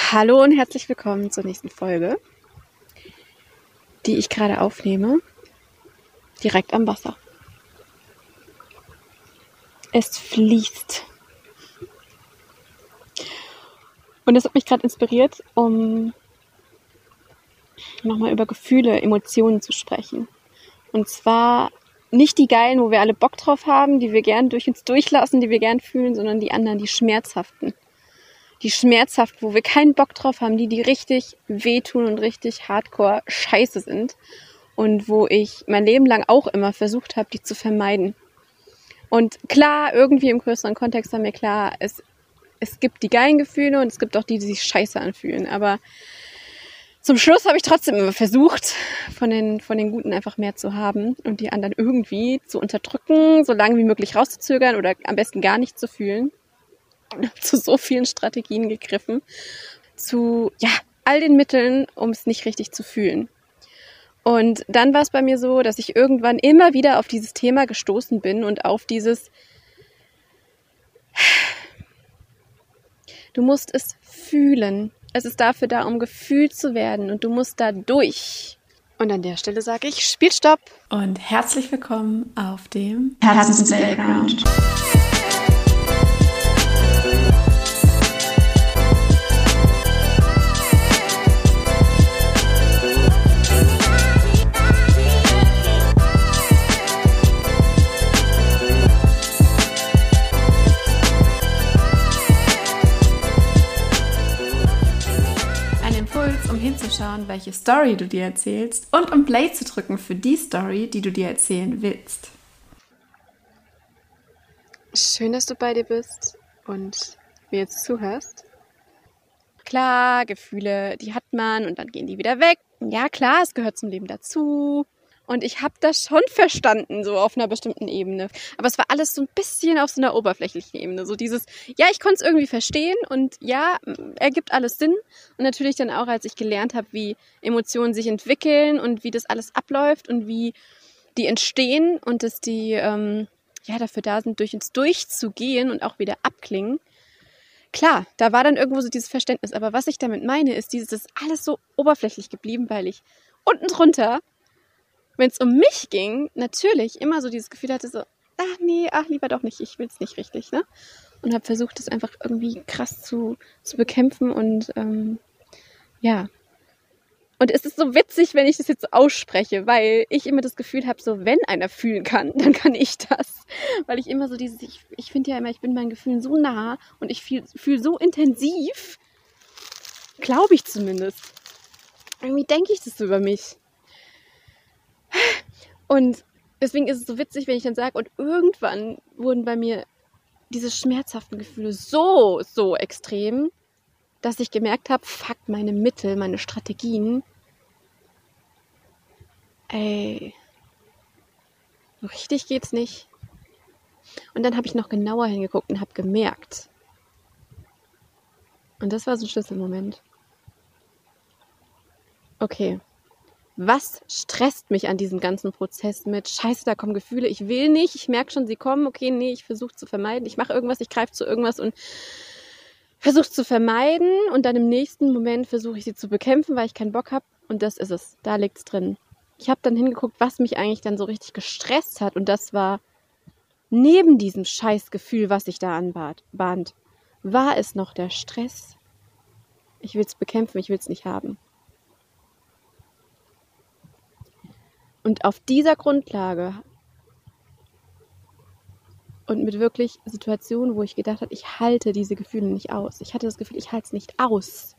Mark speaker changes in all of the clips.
Speaker 1: Hallo und herzlich willkommen zur nächsten Folge, die ich gerade aufnehme, direkt am Wasser. Es fließt. Und das hat mich gerade inspiriert, um nochmal über Gefühle, Emotionen zu sprechen. Und zwar nicht die geilen, wo wir alle Bock drauf haben, die wir gern durch uns durchlassen, die wir gern fühlen, sondern die anderen, die schmerzhaften. Die schmerzhaft, wo wir keinen Bock drauf haben, die richtig wehtun und richtig hardcore scheiße sind. Und wo ich mein Leben lang auch immer versucht habe, die zu vermeiden. Und klar, irgendwie im größeren Kontext war mir klar, es gibt die geilen Gefühle und es gibt auch die sich scheiße anfühlen. Aber zum Schluss habe ich trotzdem immer versucht, von den Guten einfach mehr zu haben und die anderen irgendwie zu unterdrücken, so lange wie möglich rauszuzögern oder am besten gar nicht zu fühlen. Zu so vielen Strategien gegriffen, zu all den Mitteln, um es nicht richtig zu fühlen. Und dann war es bei mir so, dass ich irgendwann immer wieder auf dieses Thema gestoßen bin und auf dieses: Du musst es fühlen. Es ist dafür da, um gefühlt zu werden und du musst da durch. Und an der Stelle sage ich: Spielstopp!
Speaker 2: Und herzlich willkommen auf dem
Speaker 3: Herzensplayground.
Speaker 2: Um hinzuschauen, welche Story du dir erzählst und um Play zu drücken für die Story, die du dir erzählen willst.
Speaker 1: Schön, dass du bei dir bist und mir jetzt zuhörst. Klar, Gefühle, die hat man und dann gehen die wieder weg. Ja klar, es gehört zum Leben dazu. Und ich habe das schon verstanden, so auf einer bestimmten Ebene. Aber es war alles so ein bisschen auf so einer oberflächlichen Ebene. So dieses, ich konnte es irgendwie verstehen und ergibt alles Sinn. Und natürlich dann auch, als ich gelernt habe, wie Emotionen sich entwickeln und wie das alles abläuft und wie die entstehen und dass die dafür da sind, durch uns durchzugehen und auch wieder abklingen. Klar, da war dann irgendwo so dieses Verständnis. Aber was ich damit meine, ist dieses alles so oberflächlich geblieben, weil ich unten drunter, wenn es um mich ging, natürlich immer so dieses Gefühl hatte, so, lieber doch nicht, ich will es nicht richtig, ne? Und habe versucht, das einfach irgendwie krass zu bekämpfen und Und es ist so witzig, wenn ich das jetzt so ausspreche, weil ich immer das Gefühl habe, so, wenn einer fühlen kann, dann ich das. Weil ich immer so ich finde ja immer, ich bin meinen Gefühlen so nah und ich fühle so intensiv, glaube ich zumindest. Irgendwie denke ich das so über mich. Und deswegen ist es so witzig, wenn ich dann sage, und irgendwann wurden bei mir diese schmerzhaften Gefühle so extrem, dass ich gemerkt habe, fuck, meine Mittel, meine Strategien, so richtig geht's nicht. Und dann habe ich noch genauer hingeguckt und habe gemerkt. Und das war so ein Schlüsselmoment. Okay. Was stresst mich an diesem ganzen Prozess mit Scheiße, da kommen Gefühle, ich will nicht, ich merke schon, sie kommen, okay, nee, ich versuche zu vermeiden, ich mache irgendwas, ich greife zu irgendwas und versuche es zu vermeiden und dann im nächsten Moment versuche ich sie zu bekämpfen, weil ich keinen Bock habe und das ist es, da liegt's drin. Ich habe dann hingeguckt, was mich eigentlich dann so richtig gestresst hat und das war neben diesem Scheißgefühl, was sich da anbahnt, war es noch der Stress. Ich will es bekämpfen, ich will es nicht haben. Und auf dieser Grundlage und mit wirklich Situationen, wo ich gedacht habe, ich halte diese Gefühle nicht aus. Ich hatte das Gefühl, ich halte es nicht aus.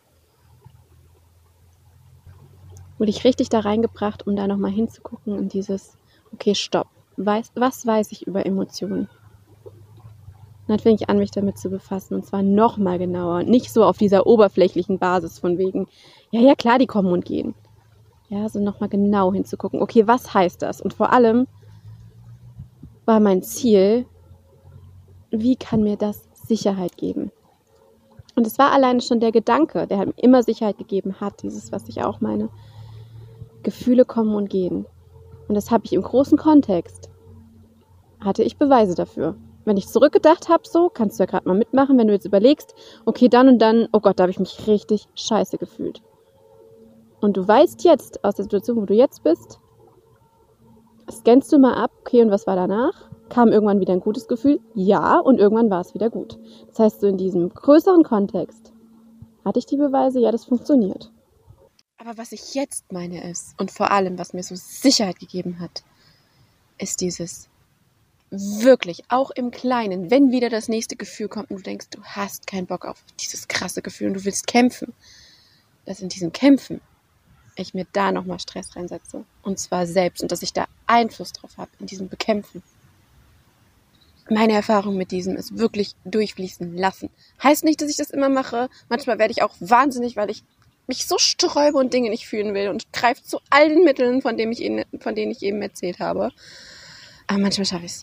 Speaker 1: Wurde ich richtig da reingebracht, um da nochmal hinzugucken und dieses, okay, stopp. Was weiß ich über Emotionen? Und dann fing ich an, mich damit zu befassen und zwar nochmal genauer und nicht so auf dieser oberflächlichen Basis von wegen, ja klar, die kommen und gehen. Ja, so nochmal genau hinzugucken. Okay, was heißt das? Und vor allem war mein Ziel, wie kann mir das Sicherheit geben? Und es war alleine schon der Gedanke, der mir immer Sicherheit gegeben hat, dieses, was ich auch meine. Gefühle kommen und gehen. Und das habe ich im großen Kontext, hatte ich Beweise dafür. wenn ich zurückgedacht habe, so, kannst du ja gerade mal mitmachen, wenn du jetzt überlegst, okay, dann und dann, oh Gott, da habe ich mich richtig scheiße gefühlt. Und du weißt jetzt, aus der Situation, wo du jetzt bist, scannst du mal ab, okay, und was war danach? Kam irgendwann wieder ein gutes Gefühl? Ja, und irgendwann war es wieder gut. Das heißt, so in diesem größeren Kontext hatte ich die Beweise, ja, das funktioniert. Aber was ich jetzt meine ist, und vor allem, was mir so Sicherheit gegeben hat, ist dieses wirklich, auch im Kleinen, wenn wieder das nächste Gefühl kommt und du denkst, du hast keinen Bock auf dieses krasse Gefühl und du willst kämpfen, dass in diesem Kämpfen ich mir da nochmal Stress reinsetze. Und zwar selbst. Und dass ich da Einfluss drauf habe, in diesem Bekämpfen. Meine Erfahrung mit diesem ist wirklich durchfließen lassen. Heißt nicht, dass ich das immer mache. Manchmal werde ich auch wahnsinnig, weil ich mich so sträube und Dinge nicht fühlen will und greife zu all den Mitteln, von denen ich eben erzählt habe. Aber manchmal schaffe ich es.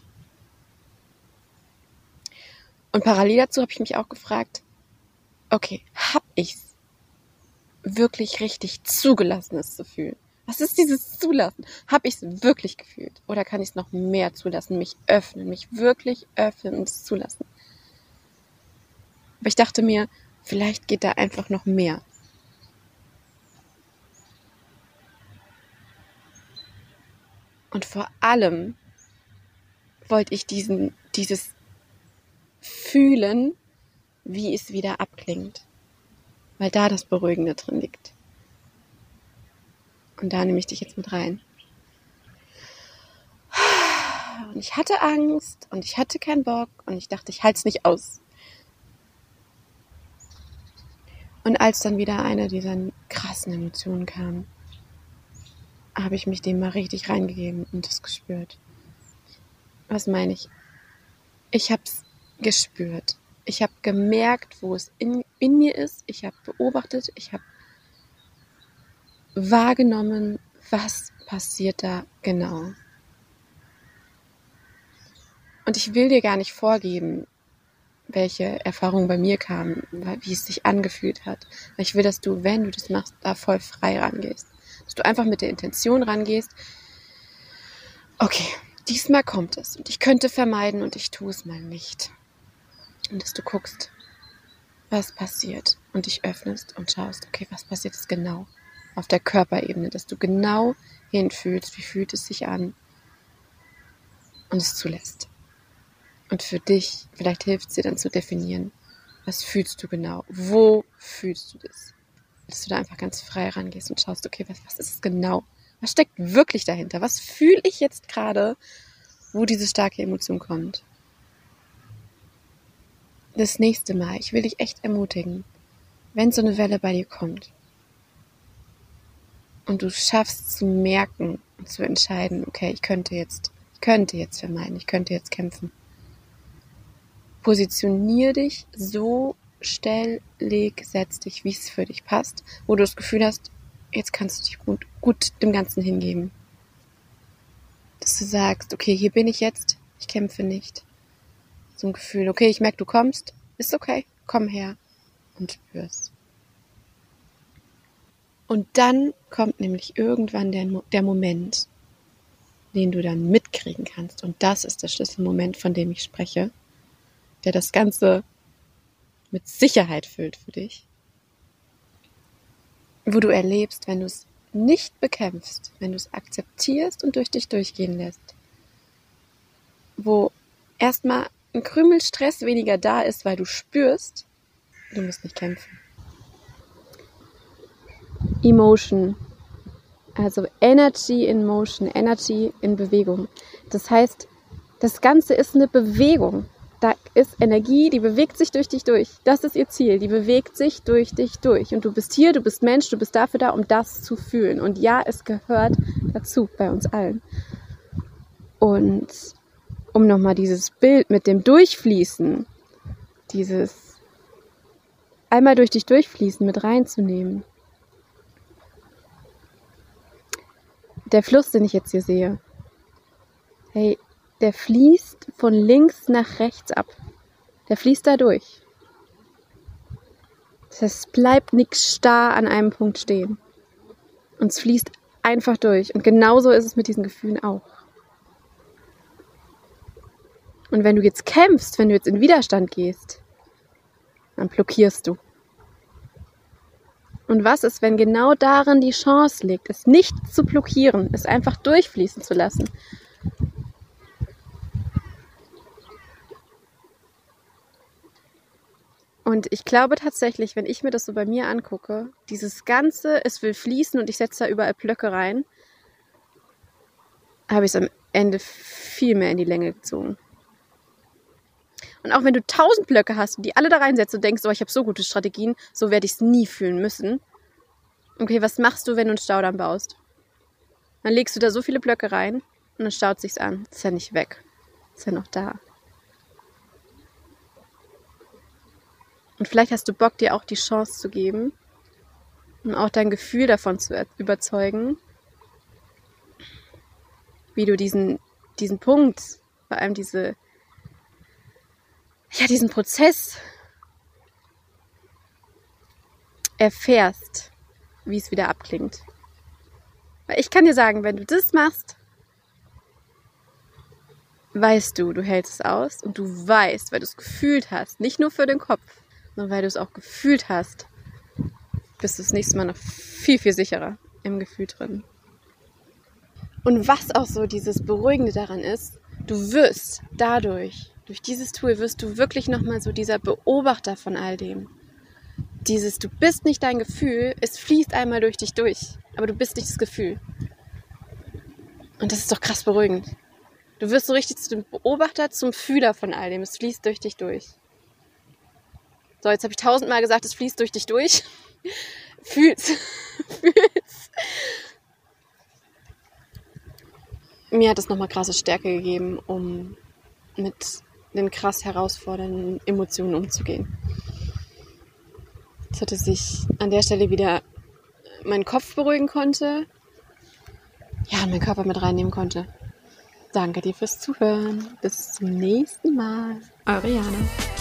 Speaker 1: Und parallel dazu habe ich mich auch gefragt, okay, habe ich's wirklich richtig zugelassen, es zu fühlen? Was ist dieses Zulassen? Habe ich es wirklich gefühlt? Oder kann ich es noch mehr zulassen, mich öffnen, mich wirklich öffnen und es zulassen? Aber ich dachte mir, vielleicht geht da einfach noch mehr. Und vor allem wollte ich dieses Fühlen, wie es wieder abklingt. Weil da das Beruhigende drin liegt. Und da nehme ich dich jetzt mit rein. Und ich hatte Angst und ich hatte keinen Bock und ich dachte, ich halte es nicht aus. Und als dann wieder eine dieser krassen Emotionen kam, habe ich mich dem mal richtig reingegeben und das gespürt. Was meine ich? Ich habe es gespürt. Ich habe gemerkt, wo es in mir ist. Ich habe beobachtet, ich habe wahrgenommen, was passiert da genau. Und ich will dir gar nicht vorgeben, welche Erfahrungen bei mir kamen, wie es sich angefühlt hat. Weil ich will, dass du, wenn du das machst, da voll frei rangehst. Dass du einfach mit der Intention rangehst, okay, diesmal kommt es und ich könnte vermeiden und ich tue es mal nicht. Und dass du guckst, was passiert und dich öffnest und schaust, okay, was passiert jetzt genau auf der Körperebene, dass du genau hinfühlst, wie fühlt es sich an und es zulässt. Und für dich, vielleicht hilft es dir dann zu definieren, was fühlst du genau, wo fühlst du das? Dass du da einfach ganz frei rangehst und schaust, okay, was ist es genau? Was steckt wirklich dahinter? Was fühle ich jetzt gerade, wo diese starke Emotion kommt? Das nächste Mal, ich will dich echt ermutigen, wenn so eine Welle bei dir kommt und du schaffst zu merken und zu entscheiden, okay, ich könnte jetzt vermeiden, ich könnte jetzt kämpfen. Positionier dich so, setz dich, wie es für dich passt, wo du das Gefühl hast, jetzt kannst du dich gut dem Ganzen hingeben. Dass du sagst, okay, hier bin ich jetzt, ich kämpfe nicht. So ein Gefühl, okay, ich merke, du kommst, ist okay, komm her und spür's. Und dann kommt nämlich irgendwann der Moment, den du dann mitkriegen kannst. Und das ist der Schlüsselmoment, von dem ich spreche, der das Ganze mit Sicherheit füllt für dich. Wo du erlebst, wenn du es nicht bekämpfst, wenn du es akzeptierst und durch dich durchgehen lässt, wo erstmal ein Krümel Stress weniger da ist, weil du spürst, du musst nicht kämpfen. Emotion, also Energy in Motion, Energy in Bewegung. Das heißt, das Ganze ist eine Bewegung. Da ist Energie, die bewegt sich durch dich durch. Das ist ihr Ziel, die bewegt sich durch dich durch. Und du bist hier, du bist Mensch, du bist dafür da, um das zu fühlen. Und ja, es gehört dazu, bei uns allen. Und um nochmal dieses Bild mit dem Durchfließen, dieses einmal durch dich durchfließen mit reinzunehmen. Der Fluss, den ich jetzt hier sehe, hey, der fließt von links nach rechts ab. Der fließt da durch. Das heißt, es bleibt nichts starr an einem Punkt stehen. Und es fließt einfach durch. Und genauso ist es mit diesen Gefühlen auch. Und wenn du jetzt kämpfst, wenn du jetzt in Widerstand gehst, dann blockierst du. Und was ist, wenn genau darin die Chance liegt, es nicht zu blockieren, es einfach durchfließen zu lassen? Und ich glaube tatsächlich, wenn ich mir das so bei mir angucke, dieses Ganze, es will fließen und ich setze da überall Blöcke rein, habe ich es am Ende viel mehr in die Länge gezogen. Und auch wenn du 1000 Blöcke hast und die alle da reinsetzt und denkst, oh, ich habe so gute Strategien, so werde ich es nie fühlen müssen. Okay, was machst du, wenn du einen Staudamm baust? Dann legst du da so viele Blöcke rein und dann staut sich's an. Ist ja nicht weg. Ist ja noch da. Und vielleicht hast du Bock, dir auch die Chance zu geben und auch dein Gefühl davon zu überzeugen, wie du diesen Punkt, vor allem diesen Prozess erfährst, wie es wieder abklingt. Weil ich kann dir sagen, wenn du das machst, weißt du hältst es aus und du weißt, weil du es gefühlt hast, nicht nur für den Kopf, sondern weil du es auch gefühlt hast, bist du das nächste Mal noch viel, viel sicherer im Gefühl drin. Und was auch so dieses Beruhigende daran ist, du wirst dadurch, durch dieses Tool wirst du wirklich nochmal so dieser Beobachter von all dem. Du bist nicht dein Gefühl, es fließt einmal durch dich durch, aber du bist nicht das Gefühl. Und das ist doch krass beruhigend. Du wirst so richtig zu dem Beobachter, zum Fühler von all dem, es fließt durch dich durch. So, jetzt habe ich 1000-mal gesagt, es fließt durch dich durch. Fühl's. Mir hat es nochmal krasse Stärke gegeben, um mit den krass herausfordernden Emotionen umzugehen. Dass sich an der Stelle wieder mein Kopf beruhigen konnte. Ja, und meinen Körper mit reinnehmen konnte. Danke dir fürs Zuhören. Bis zum nächsten Mal.
Speaker 2: Eure Jana.